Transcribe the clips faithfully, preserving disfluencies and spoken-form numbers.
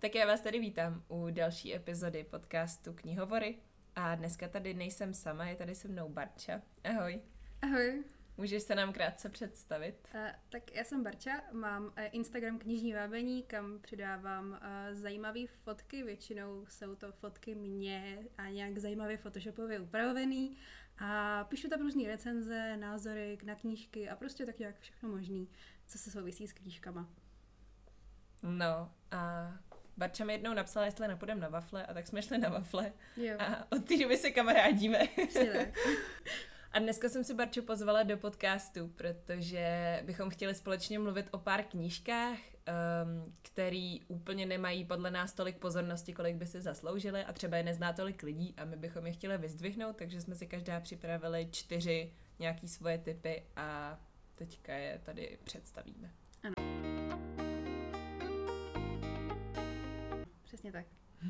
Tak já vás tady vítám u další epizody podcastu Knihovory a dneska tady nejsem sama, je tady se mnou Barča. Ahoj. Ahoj. Můžeš se nám krátce představit? Uh, tak já jsem Barča, mám uh, Instagram Knižní vábení, kam přidávám uh, zajímavé fotky, většinou jsou to fotky mě a nějak zajímavě photoshopově upravený a píšu tam různý recenze, názory na knížky a prostě tak nějak všechno možný, co se souvisí s knížkama. No a Barča mi jednou napsala, jestli nepůjdem na wafle a tak jsme šli na wafle Jo. a od té doby se kamarádíme. Přesně tak. A dneska jsem si Barču pozvala do podcastu, protože bychom chtěli společně mluvit o pár knížkách, um, který úplně nemají podle nás tolik pozornosti, kolik by si zasloužili a třeba je nezná tolik lidí a my bychom je chtěli vyzdvihnout, takže jsme si každá připravili čtyři nějaký svoje tipy a teďka je tady představíme. Ano. Přesně tak.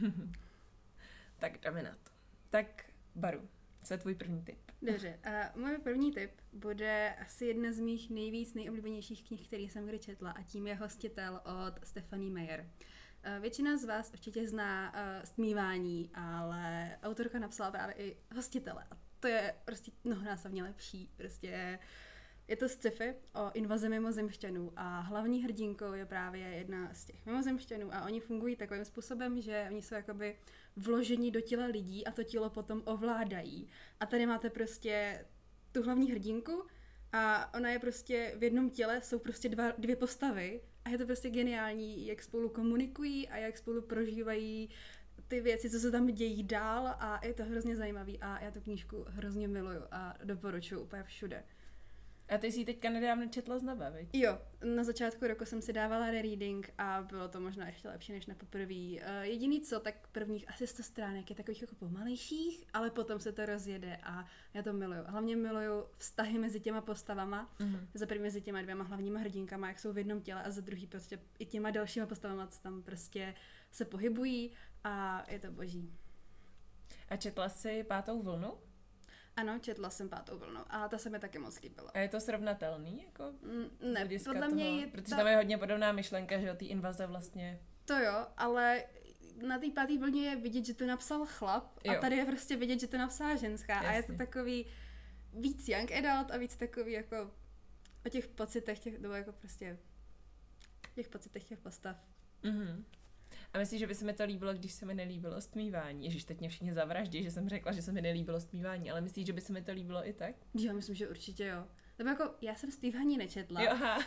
Tak jdeme na to. Tak Baru, co je tvůj první tip? Dobře, a můj první tip bude asi jedna z mých nejvíc nejoblíbenějších knih, který jsem kdy četla a tím je Hostitel od Stephanie Meyer. Většina z vás určitě zná uh, Stmívání, ale autorka napsala právě i Hostitele a to je prostě mnohonásobně lepší. Prostě je to sci-fi o invazi mimozemšťanů a hlavní hrdinkou je právě jedna z těch mimozemšťanů a oni fungují takovým způsobem, že oni jsou jakoby vložení do těla lidí a to tělo potom ovládají. A tady máte prostě tu hlavní hrdinku a ona je prostě v jednom těle, jsou prostě dva, dvě postavy a je to prostě geniální, jak spolu komunikují a jak spolu prožívají ty věci, co se tam dějí dál a je to hrozně zajímavý a já tu knížku hrozně miluju a doporučuji úplně všude. A ty jsi ji teďka nedávno četla znova, viď? Jo, na začátku roku jsem si dávala rereading a bylo to možná ještě lepší než na poprvý. Uh, jediný co, tak prvních asi sto stránek je takových jako pomalejších, ale potom se to rozjede a já to miluju. Hlavně miluju vztahy mezi těma postavama, mm-hmm. za první mezi těma dvěma hlavníma hrdinkama, jak jsou v jednom těle a za druhý prostě i těma dalšíma postavama, co tam prostě se pohybují a je to boží. A četla jsi Pátou vlnu? Ano, četla jsem Pátou vlnu a ta se mi taky moc líbila. A je to srovnatelný? Jako mm, ne, podle mě toho? je Protože ta... tam je hodně podobná myšlenka, že o té invaze vlastně... To jo, ale na té páté vlně je vidět, že to napsal chlap a jo. Tady je prostě vidět, že to napsala ženská. Jasně. A je to takový víc young adult a víc takový jako o těch pocitech těch, nebo jako prostě těch pocitech těch postav. Mm-hmm. A myslíš, že by se mi to líbilo, když se mi nelíbilo Stmívání? Ježiš, teď mě všichni zavraždí, že jsem řekla, že se mi nelíbilo Stmívání, ale myslíš, že by se mi to líbilo i tak? Já myslím, že určitě jo. Nebo jako, já jsem Stmívání nečetla. Jo, aha.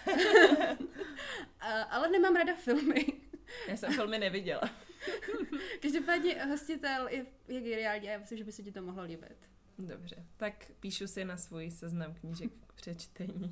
a, ale nemám ráda filmy. Já jsem filmy neviděla. Každopádně Hostitel je, je geniální a já myslím, že by se ti to mohlo líbit. Dobře, tak píšu si na svůj seznam knížek k přečtení.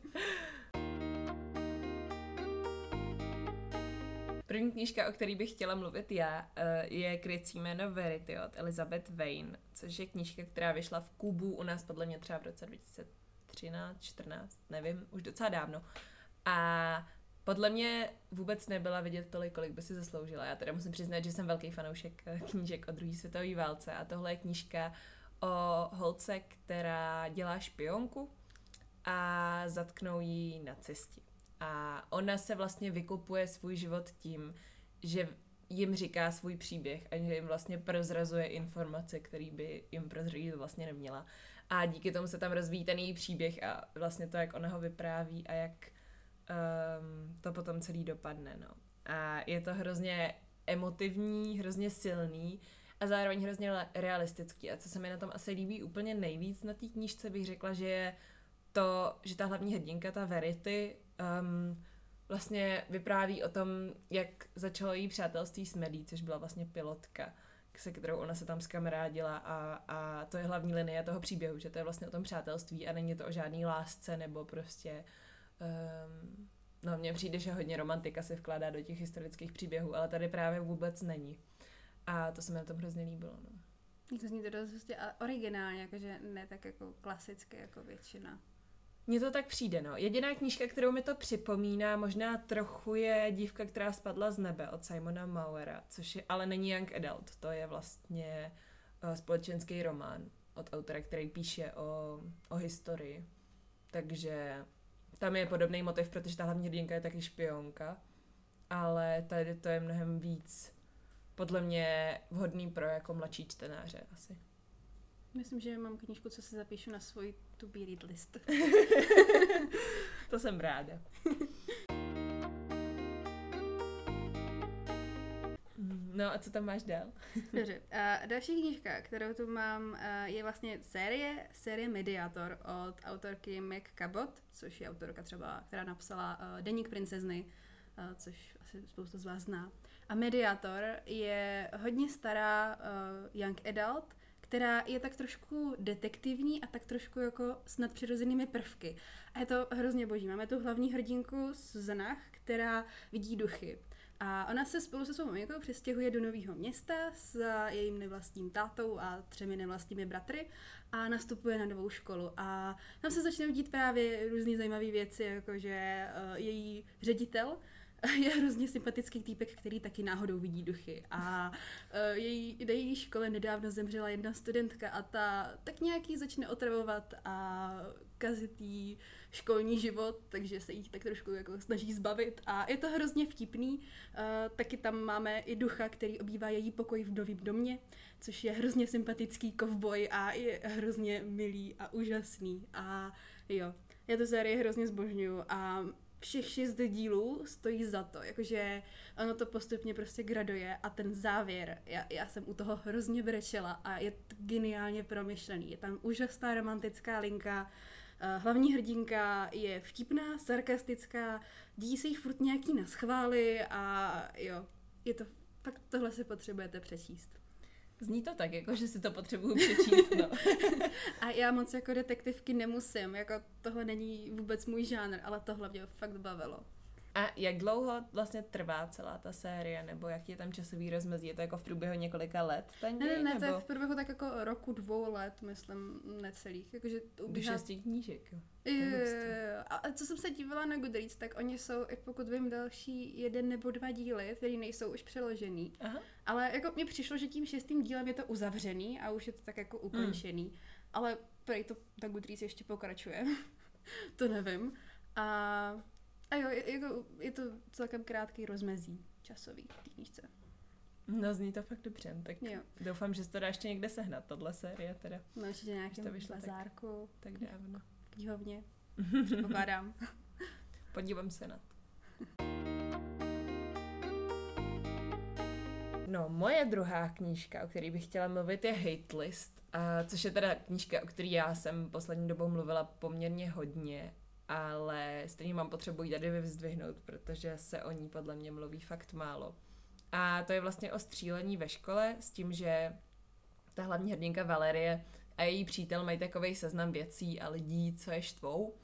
První knížka, o který bych chtěla mluvit já, je Krycí jméno Verity od Elizabeth Vane, což je knížka, která vyšla v Kubu u nás podle mě třeba v roce dva tisíce třináct, čtrnáct, nevím, už docela dávno. A podle mě vůbec nebyla vidět tolik, kolik by si zasloužila. Já teda musím přiznat, že jsem velký fanoušek knížek o druhé světové válce a tohle je knížka o holce, která dělá špionku a zatknou ji nacisti. A ona se vlastně vykupuje svůj život tím, že jim říká svůj příběh a že jim vlastně prozrazuje informace, které by jim prozradit vlastně neměla. A díky tomu se tam rozvíjí ten její příběh a vlastně to, jak ona ho vypráví a jak um, to potom celý dopadne. No. A je to hrozně emotivní, hrozně silný a zároveň hrozně realistický. A co se mi na tom asi líbí úplně nejvíc na té knížce, bych řekla, že je to, že ta hlavní hrdinka, ta Verity, um, vlastně vypráví o tom, jak začalo její přátelství s Maddie, což byla vlastně pilotka, se kterou ona se tam zkamarádila a, a to je hlavní linie toho příběhu, že to je vlastně o tom přátelství a není to o žádný lásce nebo prostě um, no mně přijde, že hodně romantika se vkládá do těch historických příběhů, ale tady právě vůbec není. A to se mi na tom hrozně líbilo, no. To zní to dost prostě originálně, jakože ne tak jako klasicky jako většina. Mně to tak přijde, no. Jediná knížka, kterou mi to připomíná, možná trochu je Dívka, která spadla z nebe od Simona Mauera, což je, ale není young adult, to je vlastně uh, společenský román od autora, který píše o, o historii. Takže tam je podobný motiv, protože ta hlavní hrdinka je taky špionka ale tady to je mnohem víc podle mě vhodný pro jako mladší čtenáře asi. Myslím, že mám knížku, co si zapíšu na svůj to be read list. To jsem ráda. No a co tam máš dál? Dobře. A další knížka, kterou tu mám, je vlastně série, série Mediator od autorky Meg Cabot, což je autorka třeba, která napsala Deník princezny, což asi spousta z vás zná. A Mediator je hodně stará young adult, která je tak trošku detektivní a tak trošku jako s nadpřirozenými prvky. A je to hrozně boží. Máme tu hlavní hrdinku Susanna, která vidí duchy. A ona se spolu se svou maminkou přestěhuje do nového města s jejím nevlastním tátou a třemi nevlastními bratry a nastupuje na novou školu. A tam se začnou dít právě různý zajímavé věci, jakože uh, její ředitel je hrozně sympatický týpek, který taky náhodou vidí duchy. A uh, její, na její škole nedávno zemřela jedna studentka a ta tak nějaký začne otravovat a kazit jí školní život, takže se jí tak trošku jako snaží zbavit a je to hrozně vtipný. Uh, taky tam máme i ducha, který obývá její pokoj v novém domě, což je hrozně sympatický kovboj a je hrozně milý a úžasný. A jo, já to série hrozně zbožňuju a všech šest dílů stojí za to, jakože ono to postupně prostě graduje a ten závěr, já, já jsem u toho hrozně brečela a je geniálně promyšlený. Je tam úžasná romantická linka, hlavní hrdinka je vtipná, sarkastická, dějí se jich furt nějaký naschvály a jo, je to, fakt tohle si potřebujete přečíst. Zní to tak, jako že si to potřebuju přečíst, no. A já moc jako detektivky nemusím, jako tohle není vůbec můj žánr, ale tohle mě fakt bavilo. A jak dlouho vlastně trvá celá ta série, nebo jaký je tam časový rozmezí? Je to jako v průběhu několika let? Ten ne, ne, ne, nebo... to je v průběhu tak jako roku, dvou let, myslím, necelých. Jakože to ubíhá... šesti knížek, jo. Je, a co jsem se dívala na Goodreads, tak oni jsou, i pokud vím, další jeden nebo dva díly, které nejsou už přeložený. Aha. Ale jako mně přišlo, že tím šestým dílem je to uzavřený a už je to tak jako ukončený. Mm. Ale prej to na Goodreads ještě pokračuje. To nevím. A... A jo, je, jako, je to celkem krátký rozmezí časový v té knížce. No, zní to fakt dobře, tak jo. Doufám, že se to dá ještě někde sehnat, tahle série teda. No, ještě nějakým bazárku. Tak, tak dávno. V knihovně, předpokládám. Podívám se na to. No, moje druhá knížka, o které bych chtěla mluvit, je Hate List, a což je teda knížka, o které já jsem poslední dobou mluvila poměrně hodně, ale stejně mám potřebu ji tady vyvzdvihnout, protože se o ní podle mě mluví fakt málo. A to je vlastně o střílení ve škole s tím, že ta hlavní hrdinka Valerie a její přítel mají takovej seznam věcí a lidí, co je štvou.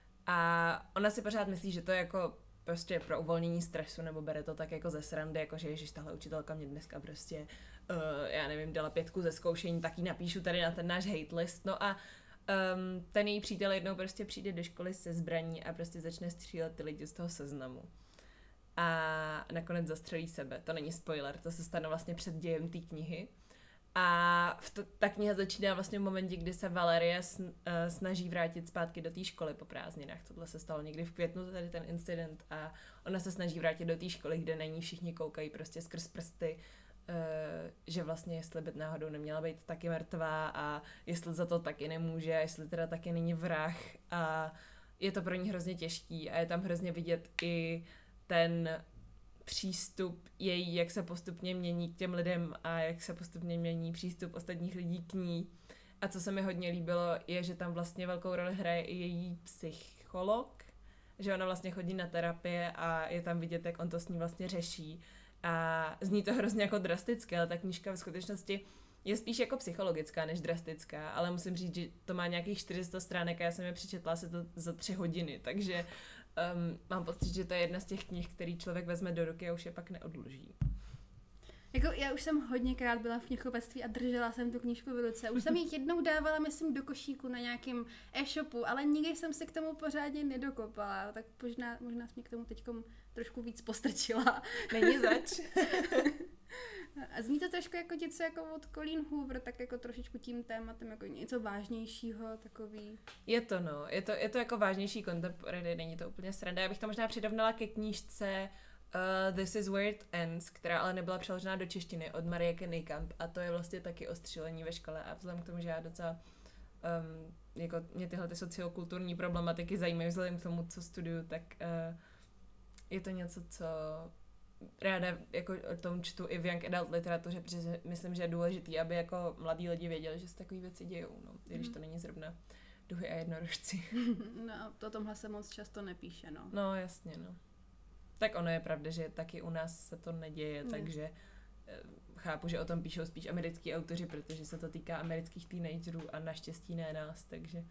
A ona si pořád myslí, že to je jako prostě pro uvolnění stresu, nebo bere to tak jako ze srandy, jako že ježiš, tahle učitelka mě dneska prostě, uh, já nevím, dala pětku ze zkoušení, tak ji napíšu tady na ten náš hate list. No a Um, ten její přítel jednou prostě přijde do školy se zbraní a prostě začne střílet ty lidi z toho seznamu. A nakonec zastřelí sebe. To není spoiler, to se stane vlastně před dějem té knihy. A v to, ta kniha začíná vlastně v momentě, kdy se Valerie sn, uh, snaží vrátit zpátky do té školy po prázdninách. Tohle se stalo někdy v květnu, tady ten incident, a ona se snaží vrátit do té školy, kde na ní všichni koukají prostě skrz prsty, Uh, že vlastně jestli by náhodou neměla být taky mrtvá a jestli za to taky nemůže a jestli teda taky není vrah a je to pro ní hrozně těžký a je tam hrozně vidět i ten přístup její, jak se postupně mění k těm lidem a jak se postupně mění přístup ostatních lidí k ní. A co se mi hodně líbilo, je, že tam vlastně velkou roli hraje i její psycholog, že ona vlastně chodí na terapie a je tam vidět, jak on to s ní vlastně řeší. A zní to hrozně jako drastické, ale ta knížka ve skutečnosti je spíš jako psychologická než drastická, ale musím říct, že to má nějakých čtyři sta stránek a já jsem je přečetla asi to za tři hodiny, takže um, mám pocit, že to je jedna z těch knih, který člověk vezme do ruky a už je pak neodloží. Jako já už jsem hodněkrát byla v knihkupectví a držela jsem tu knížku v ruce. Už jsem ji jednou dávala, myslím, do košíku na nějakém e-shopu, ale nikdy jsem se k tomu pořádně nedokopala, tak možná, možná jsi mě k tomu teďkom trošku víc postrčila. Není zač. A zní to trošku jako něco jako od Colleen Hoover, tak jako trošičku tím tématem, jako něco vážnějšího, takový. Je to no, je to, je to jako vážnější contemporary, není to úplně sranda. Já bych to možná přirovnala ke knížce Uh, This is where it ends, která ale nebyla přeložená do češtiny od Marie Kenikamp a to je vlastně taky o střílení ve škole a vzhledem k tomu, že já docela um, jako mě tyhle ty sociokulturní problematiky zajímají vzhledem k tomu, co studuju, tak uh, je to něco, co ráda jako o tom čtu i v young adult literatuře, protože myslím, že je důležitý, aby jako mladí lidi věděli, že se takové věci dějou, no, i když to není zrovna Duhy a jednorožci. No, o tomhle se moc často nepíše, no. No, jasně, no. Tak ono je pravda, že taky u nás se to neděje, mm. takže chápu, že o tom píšou spíš americký autoři, protože se to týká amerických teenagerů a naštěstí ne nás, takže...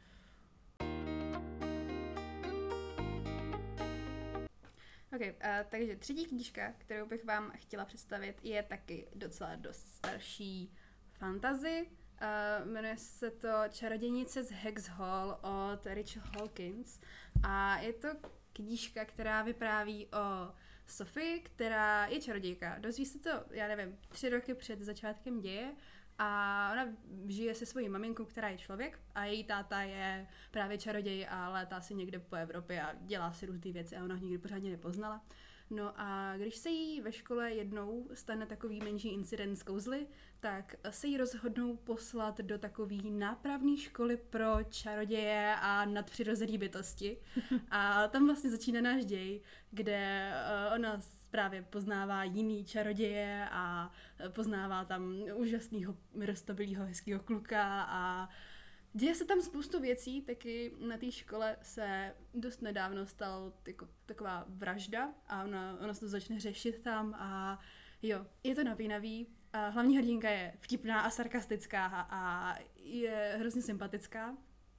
Ok, uh, takže třetí knížka, kterou bych vám chtěla představit, je taky docela dost starší fantasy. Uh, jmenuje se to Čarodějnice z Hex Hall od Rachel Hawkins a je to knížka, která vypráví o Sophie, která je čarodějka. Dozví se to, já nevím, tři roky před začátkem děje a ona žije se svojí maminkou, která je člověk a její táta je právě čaroděj a létá si někde po Evropě a dělá si různé věci a ona ho nikdy pořádně nepoznala. No a když se jí ve škole jednou stane takový menší incident s kouzly, tak se jí rozhodnou poslat do takový nápravné školy pro čaroděje a nadpřirozené bytosti. A tam vlastně začíná náš děj, kde ona právě poznává jiný čaroděje a poznává tam úžasného, roztomilého, hezkého kluka a děje se tam spoustu věcí, taky na té škole se dost nedávno stala jako taková vražda a ona, ona se to začne řešit tam a jo, je to napínavý. A hlavní hrdinka je vtipná a sarkastická a je hrozně sympatická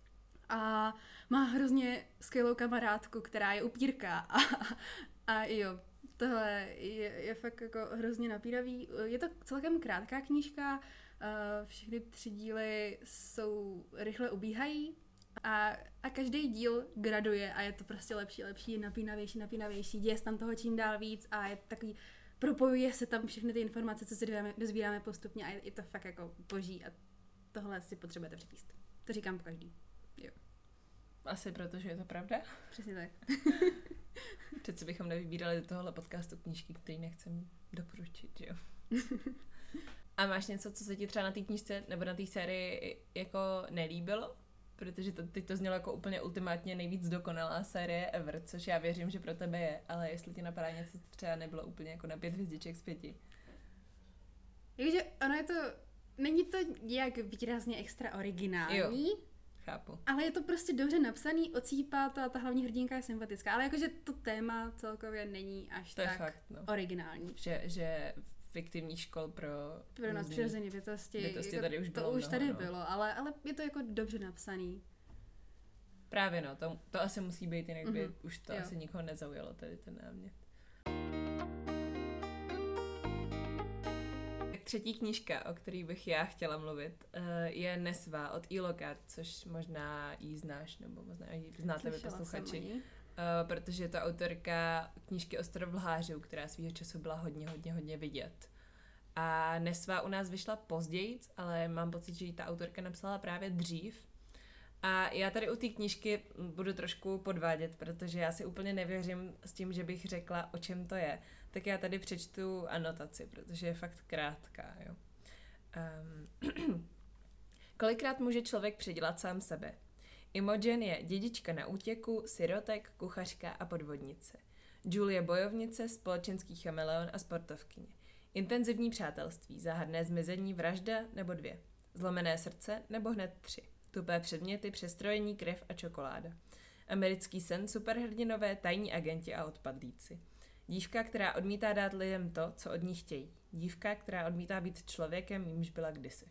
a má hrozně skvělou kamarádku, která je upírka a, a jo, tohle je, je fakt jako hrozně napínavý. Je to celkem krátká knížka, všechny tři díly jsou rychle ubíhají a, a každý díl graduje a je to prostě lepší, lepší, napínavější, napínavější, děje se tam toho čím dál víc a je takový, propojuje se tam všechny ty informace, co se dozvídáme postupně a je, je to fakt jako boží a tohle si potřebujete přečíst. To říkám po každý. Jo. Asi protože je to pravda? Přesně tak. Přece bychom nevybírali do tohohle podcastu knížky, který nechcem doporučit, jo? A máš něco, co se ti třeba na té knížce nebo na té sérii jako nelíbilo? Protože to, teď to znělo jako úplně ultimátně nejvíc dokonalá série ever, což já věřím, že pro tebe je, ale jestli ti napadá něco, co třeba nebylo úplně jako na pět hvězdiček z pěti. Takže ono je to, není to nějak výrazně extra originální. Jo, chápu. Ale je to prostě dobře napsaný, ocípá to a ta hlavní hrdinka je sympatická, ale jakože to téma celkově není až to tak fakt, no. originální. Že, že fiktivních škol pro... Pro nadpřirozené bytosti. bytosti jako, tady už bylo To už mnoho, tady no. bylo, ale, ale je to jako dobře napsaný. Právě no, to, to asi musí být, jinak by mm-hmm. už to jo. asi nikoho nezaujalo, tady ten námět. Třetí knížka, o který bych já chtěla mluvit, je Nesva od Ilokad, což možná jí znáš, nebo možná ji znáte vy posluchači. Uh, protože je to autorka knížky Ostrov lhářů, která svýho času byla hodně, hodně, hodně vidět. A Nesva u nás vyšla později, ale mám pocit, že ji ta autorka napsala právě dřív. A já tady u té knížky budu trošku podvádět, protože já si úplně nevěřím s tím, že bych řekla, o čem to je. Tak já tady přečtu anotaci, protože je fakt krátká. Jo. Um, Kolikrát může člověk předělat sám sebe? Imogen je dědička na útěku, sirotek, kuchařka a podvodnice. Julie bojovnice, společenský chameleon a sportovkyně. Intenzivní přátelství, záhadné zmizení, vražda nebo dvě. Zlomené srdce nebo hned tři. Tupé předměty, přestrojení, krev a čokoláda. Americký sen, superhrdinové, tajní agenti a odpadlíci. Dívka, která odmítá dát lidem to, co od ní chtějí. Dívka, která odmítá být člověkem, jímž byla kdysi.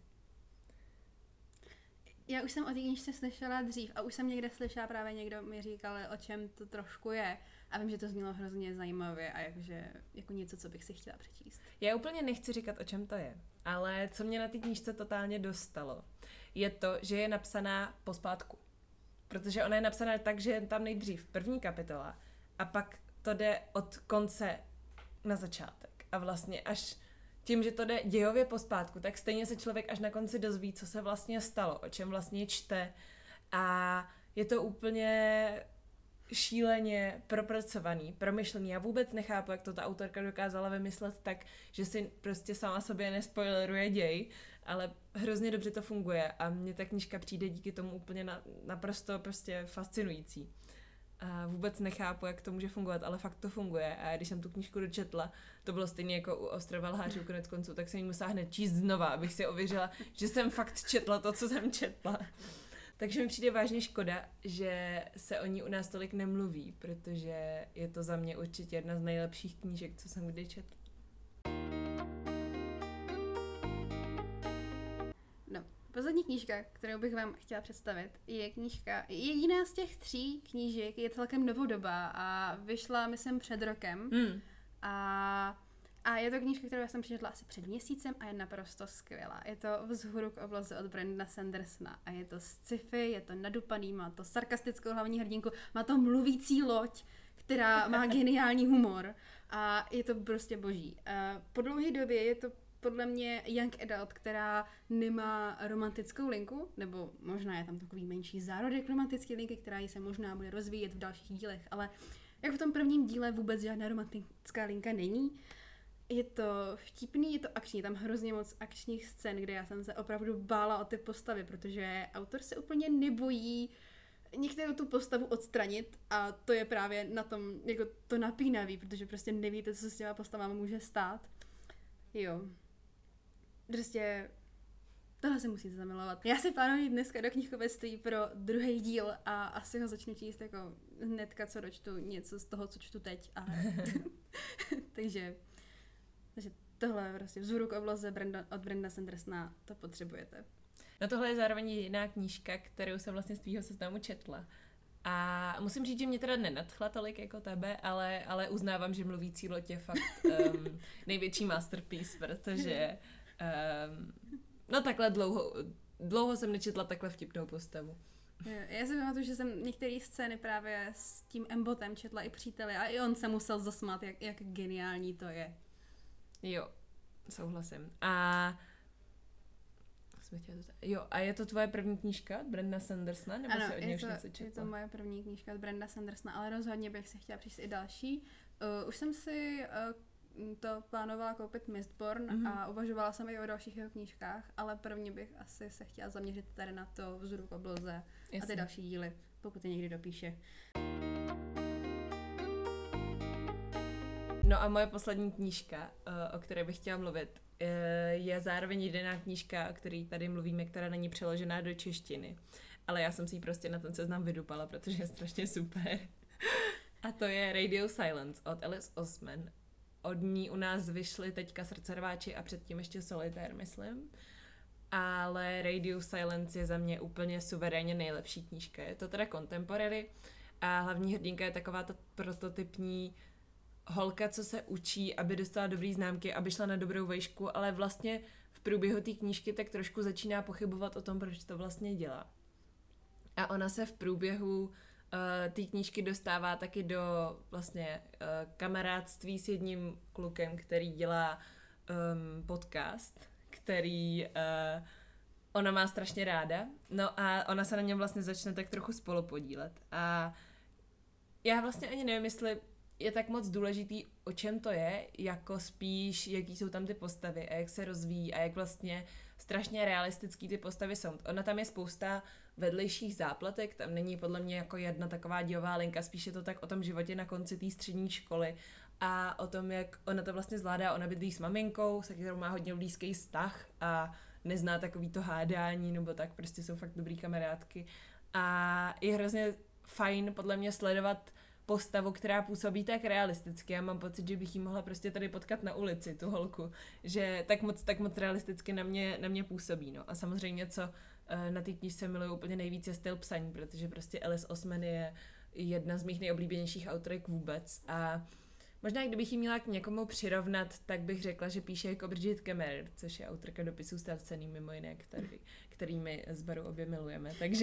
Já už jsem o té knížce slyšela dřív a už jsem někde slyšela, právě někdo mi říkal, o čem to trošku je. A vím, že to znělo hrozně zajímavě a jakože, jako něco, co bych si chtěla přečíst. Já úplně nechci říkat, o čem to je, ale co mě na té knížce totálně dostalo, je to, že je napsaná pospátku. Protože ona je napsaná tak, že je tam nejdřív první kapitola a pak to jde od konce na začátek. A vlastně až tím, že to jde dějově pospátku, tak stejně se člověk až na konci dozví, co se vlastně stalo, o čem vlastně čte. A je to úplně šíleně propracovaný, promyšlený. Já vůbec nechápu, jak to ta autorka dokázala vymyslet tak, že si prostě sama sobě nespoileruje děj, ale hrozně dobře to funguje a mně ta knížka přijde díky tomu úplně na, naprosto prostě fascinující. A vůbec nechápu, jak to může fungovat, ale fakt to funguje. A když jsem tu knížku dočetla, to bylo stejně jako u Ostrova lhářů konec konců, tak jsem ji musela hned číst znova, abych si ověřila, že jsem fakt četla to, co jsem četla. Takže mi přijde vážně škoda, že se o ní u nás tolik nemluví, protože je to za mě určitě jedna z nejlepších knížek, co jsem kdy četla. No, poslední knížka, kterou bych vám chtěla představit, je knížka, jediná z těch tří knížek je celkem novodobá a vyšla, myslím, před rokem. Hmm. A, a je to knížka, kterou já jsem přečetla asi před měsícem a je naprosto skvělá. Je to Vzhůru k obloze od Brandona Sandersona a je to sci-fi, je to nadupaný, má to sarkastickou hlavní hrdinku, má to mluvící loď, která má geniální humor a je to prostě boží. A po dlouhé době je to podle mě young adult, která nemá romantickou linku, nebo možná je tam takový menší zárodek romantické linky, která se možná bude rozvíjet v dalších dílech, ale jak v tom prvním díle vůbec žádná romantická linka není. Je to vtipný, je to akční, tam hrozně moc akčních scén, kde já jsem se opravdu bála o ty postavy, protože autor se úplně nebojí některou tu postavu odstranit a to je právě na tom jako to napínavý, protože prostě nevíte, co se s těma postavami může stát. Jo. Prostě tohle se musíte zamilovat. Já si plánuji dneska do knihkupectví pro druhý díl a asi ho začnu číst jako hnedka, co dočtu něco z toho, co čtu teď. A takže, takže tohle prostě Vzhůru k obloze Brenda, od Brandona Sandersona, to potřebujete. No tohle je zároveň jiná knížka, kterou jsem vlastně z tvýho seznamu četla. A musím říct, že mě teda nenadchla tolik jako tebe, ale, ale uznávám, že Mluvící loď je fakt um, největší masterpiece, protože um, no takhle dlouho, dlouho jsem nečetla takhle vtipnou postavu. Já si pamatuju, že jsem některé scény právě s tím Embotem četla i příteli a i on se musel zasmát, jak, jak geniální to je. Jo, souhlasím. A jo, a je to tvoje první knížka od Brandona Sandersona, nebo ano, si od něj už něco četla? četla? Je to moje první knížka od Brandona Sandersona, ale rozhodně bych se chtěla přijít i další. Uh, už jsem si uh, to plánovala koupit Mistborn mm-hmm. a uvažovala jsem i o dalších jeho knížkách, ale prvně bych asi se chtěla zaměřit tady na to Vzhůru k obloze a ty další díly, pokud je někdy dopíše. No a moje poslední knížka, o které bych chtěla mluvit, je zároveň jediná knížka, o které tady mluvíme, která není přeložená do češtiny. Ale já jsem si ji prostě na ten seznam vydupala, protože je strašně super. A to je Radio Silence od Alice Oseman. Od ní u nás vyšly teďka Srdcerváči a předtím ještě Solitaire, myslím. Ale Radio Silence je za mě úplně suverénně nejlepší knížka. Je to teda contemporary a hlavní hrdinka je taková ta prototypní holka, co se učí, aby dostala dobrý známky, aby šla na dobrou vejšku, ale vlastně v průběhu té knížky tak trošku začíná pochybovat o tom, proč to vlastně dělá. A ona se v průběhu uh, té knížky dostává taky do vlastně uh, kamarádství s jedním klukem, který dělá um, podcast, který uh, ona má strašně ráda. No a ona se na něm vlastně začne tak trochu spolupodílet. A já vlastně ani nevím, jestli je tak moc důležitý, o čem to je, jako spíš, jaký jsou tam ty postavy a jak se rozvíjí a jak vlastně strašně realistický ty postavy jsou. Ona tam je spousta vedlejších zápletek, tam není podle mě jako jedna taková dějová linka, spíš je to tak o tom životě na konci té střední školy a o tom, jak ona to vlastně zvládá. Ona bydlí s maminkou, se kterou má hodně blízký vztah a nezná takový to hádání, nebo tak, prostě jsou fakt dobrý kamarádky. A je hrozně fajn podle mě sledovat postavu, která působí tak realisticky. Já mám pocit, že bych jí mohla prostě tady potkat na ulici, tu holku, že tak moc, tak moc realisticky na mě, na mě působí. No. A samozřejmě, co na té knížce miluju úplně nejvíc, je styl psaní, protože prostě Alice Oseman je jedna z mých nejoblíbenějších autorek vůbec. A možná, kdybych ji měla k někomu přirovnat, tak bych řekla, že píše jako Bridget Kemmerer, což je autorka Dopisů ztracený, mimo jiné, který, kterými s Barou obě milujeme. Takže...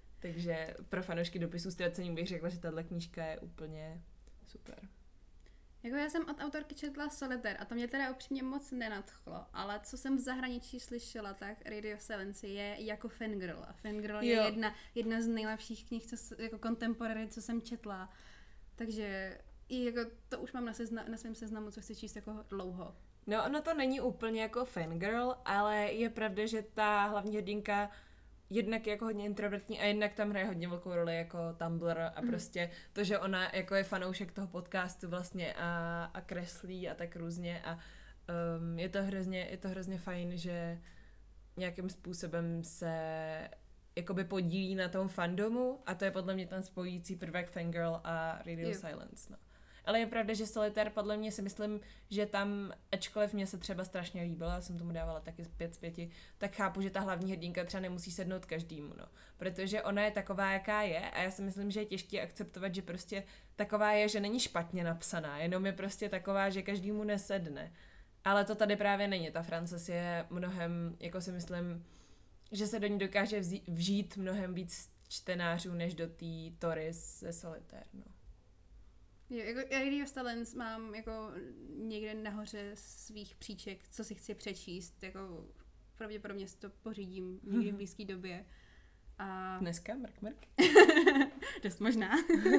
Takže pro fanoušky Dopisů ztracením bych řekla, že tahle knížka je úplně super. Jako já jsem od autorky četla Solitaire a to mě teda upřímně moc nenadchlo, ale co jsem v zahraničí slyšela, tak Radio Silence je jako Fangirl a Fangirl jo. je jedna, jedna z nejlepších knih, co, jako contemporary, co jsem četla, takže i jako to už mám na, sezna, na svém seznamu, co chci číst jako dlouho. No ono to není úplně jako Fangirl, ale je pravda, že ta hlavní hrdinka jednak je jako hodně introvertní a jednak tam hraje hodně velkou roli jako Tumblr a prostě to, že ona jako je fanoušek toho podcastu vlastně a, a kreslí a tak různě a um, je to hrozně, je to hrozně fajn, že nějakým způsobem se jakoby podílí na tom fandomu a to je podle mě ten spojící prvek Fangirl a Radio jo. Silence, no. Ale je pravda, že Solitaire podle mě si myslím, že tam, ačkoliv mě se třeba strašně líbila, já jsem tomu dávala taky pět z pěti, tak chápu, že ta hlavní hrdinka třeba nemusí sednout každému, no. Protože ona je taková, jaká je a já si myslím, že je těžké akceptovat, že prostě taková je, že není špatně napsaná, jenom je prostě taková, že každému nesedne. Ale to tady právě není. Ta Frances je mnohem, jako si myslím, že se do ní dokáže vzít, vžít mnohem víc čtenářů, než do té Tory ze Solitaire, no. Jo, jako Radio Silence mám jako někde nahoře svých příček, co si chci přečíst, jako pravděpodobně si to pořídím někdy v blízké době. A... Dneska? Mrk, mrk? Dost možná.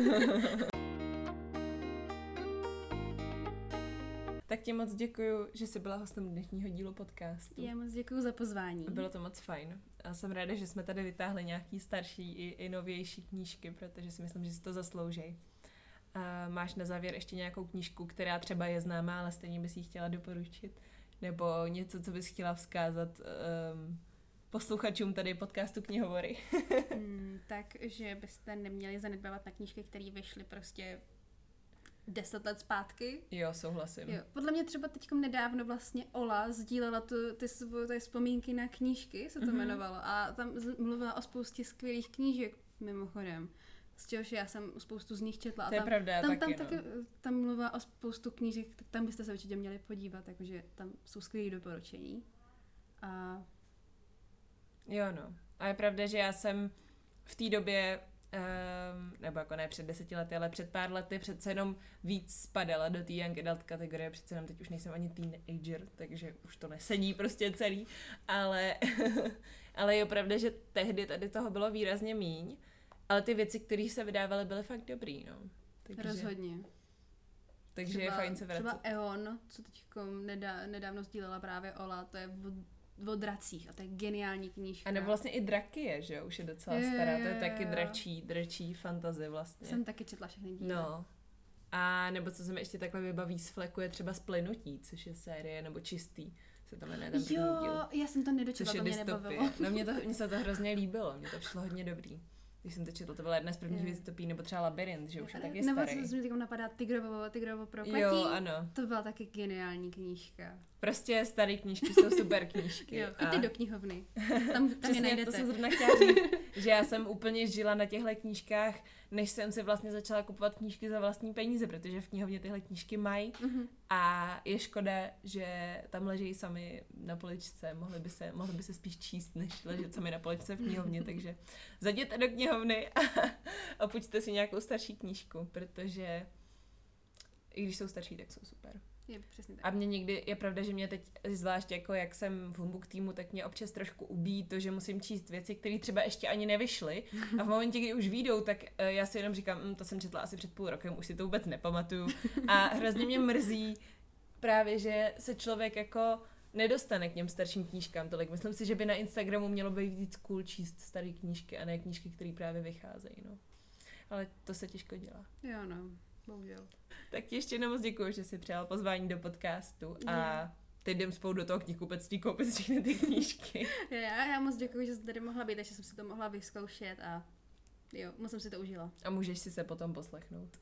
Tak ti moc děkuju, že jsi byla hostem dnešního dílu podcastu. Já moc děkuju za pozvání. Bylo to moc fajn. A jsem ráda, že jsme tady vytáhli nějaký starší i, i novější knížky, protože si myslím, že si to zaslouží. A máš na závěr ještě nějakou knížku, která třeba je známá, ale stejně bys ji chtěla doporučit? Nebo něco, co bys chtěla vzkázat um, posluchačům tady podcastu Knihovory? hmm, takže byste neměli zanedbávat na knížky, které vyšly prostě deset let zpátky. Jo, souhlasím. Jo. Podle mě třeba teďkom nedávno vlastně Ola sdílela tu, ty svoje vzpomínky na knížky, se to mm-hmm. jmenovalo, a tam mluvila o spoustě skvělých knížek, mimochodem. Z čehož já jsem spoustu z nich četla. To je tam, pravda, já tam, taky, tam, no. taky, tam mluvila o spoustu knížek, tak tam byste se určitě měli podívat, takže tam jsou skvělé doporučení. A... Jo, no. A je pravda, že já jsem v té době, um, nebo jako ne před deseti lety, ale před pár lety přece jenom víc spadala do té young adult kategorie, přece jenom teď už nejsem ani teenager, takže už to nesedí prostě celý, ale, ale je pravda, že tehdy tady toho bylo výrazně míň. Ale ty věci, které se vydávaly, byly fakt dobrý, no. Takže, rozhodně. Takže třeba, je fajn se vracet. Třeba Eon, co teď nedá, nedávno sdílela právě Ola, to je o, o dracích a to je geniální knížka. A nebo vlastně i Draky je, že jo, už je docela je, stará, to je taky dračí, dračí fantasy vlastně. Jsem taky četla všechny díly. No. A nebo co se mi ještě takhle vybaví z fleku, je třeba Splynutí, což je série, nebo Čistý, se to jmenuje ten první díl. Jo, já jsem to nedočetla, to mě nebavilo. No mě, to, mě se to hrozně líbilo, mě to přišlo hodně dobrý. Když jsem to četla, to byla jedna z prvních vystupí, nebo třeba Labyrint, že už je taky nebo starý. Nebo co mi teď napadá Tigrovo, Tigrovo prokletí. Jo, ano. To byla taky geniální knížka. Prostě staré knížky jsou super knížky. Jo, choďte a... do knihovny. Tam, tam přesně, je najdete. To jsem zrovna chtěla říct, že já jsem úplně žila na těchto knížkách, než jsem si vlastně začala kupovat knížky za vlastní peníze, protože v knihovně tyhle knížky mají mm-hmm. a je škoda, že tam leží sami na poličce, mohli by se, mohli by se spíš číst, než ležet sami na poličce v knihovně, takže zajděte do knihovny a, a půjčte si nějakou starší knížku, protože i když jsou starší, tak jsou super. Je, přesně tak. A mě někdy, je pravda, že mě teď, zvlášť jako jak jsem v Humbug týmu, tak mě občas trošku ubíjí to, že musím číst věci, které třeba ještě ani nevyšly. A v momentě, kdy už vyjdou, tak uh, já si jenom říkám, hm, to jsem četla asi před půl rokem, už si to vůbec nepamatuju. A hrozně mě mrzí právě, že se člověk jako nedostane k těm starším knížkám tolik. Myslím si, že by na Instagramu mělo být víc cool číst staré knížky a ne knížky, které právě vycházejí. No. Ale to se těžko dělá. Jo, no. Bohužel. Tak ti ještě jednou moc děkuju, že jsi přijal pozvání do podcastu a teď jdem spolu do toho knihkupectví koupit všechny ty knížky. já, já moc děkuju, že jsi tady mohla být, že jsem si to mohla vyzkoušet a jo, moc jsem si to užila. A můžeš si se potom poslechnout.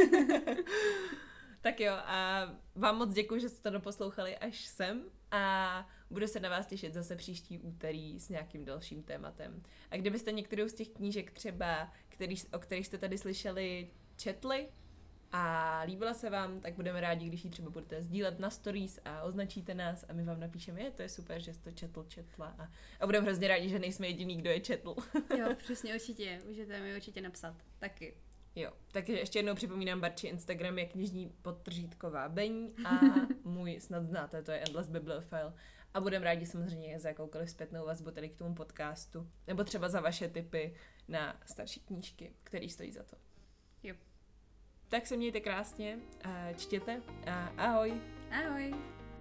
Tak jo, a vám moc děkuju, že jste to doposlouchali až sem a budu se na vás těšit zase příští úterý s nějakým dalším tématem. A kdybyste některou z těch knížek třeba, který, o kterých jste tady slyšeli, četli, a líbila se vám, tak budeme rádi, když ji třeba budete sdílet na stories a označíte nás a my vám napíšeme, je, to je super, že jsi to četl, četla a, a budeme hrozně rádi, že nejsme jediný, kdo je četl. Jo, přesně, určitě, můžete mi určitě napsat, taky. Jo, takže ještě jednou připomínám, Barči Instagram je knižní podtržítková Beň a můj snad znáte, to je Endless Bibliophile. A budeme rádi samozřejmě za jakoukoliv zpětnou vazbu tady k tomu podcastu. Nebo třeba za vaše tipy na starší knížky, který stojí za to. Jo. Tak se mějte krásně, a čtěte a ahoj. Ahoj.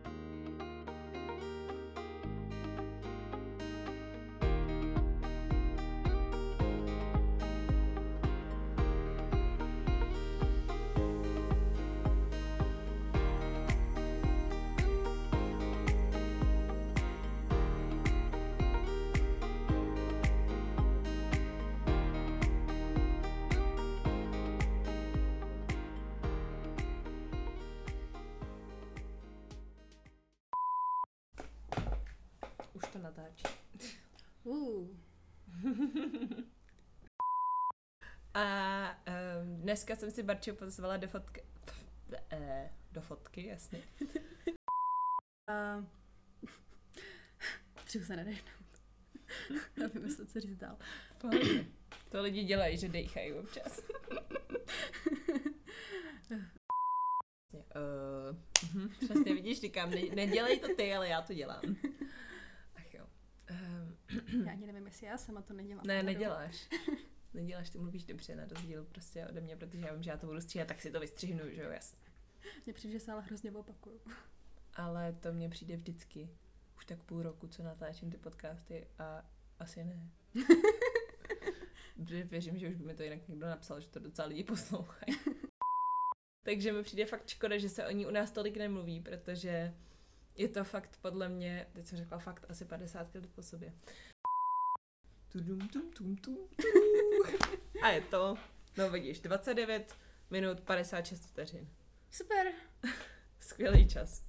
Už to natáčí. Uh. A um, dneska jsem si Barči pozovala do fotky. Eh, do fotky, jasně. Uh, Třihu se nedechnout. Já vymyslet, co říct dál. Pohodě. To lidi dělají, že dejchají občas. uh, uh, přesně vidíš, říkám, ne, nedělej to ty, ale já to dělám. Ach jo. Um, Já ani nevím, jestli já sama to nedělám. ne, neděláš. Neděláš, ty mluvíš dobře, na rozdíl prostě ode mě, protože já vím, že já to budu stříhat, tak si to vystřihnu, že jo, jasně. Mně přijde, že se ale hrozně opakuju. Ale to mně přijde vždycky. Už tak půl roku, co natáčím ty podcasty a asi ne. Věřím, že už by mi to jinak někdo napsal, že to docela lidi poslouchají. Takže mi přijde fakt škoda, že se o ní u nás tolik nemluví, protože je to fakt podle mě, teď jsem řekla fakt asi padesátkrát po sobě. Tudum, tum, tum, tum, a je to, no vidíš, dvacet devět minut padesát šest vteřin. Super. Skvělý čas.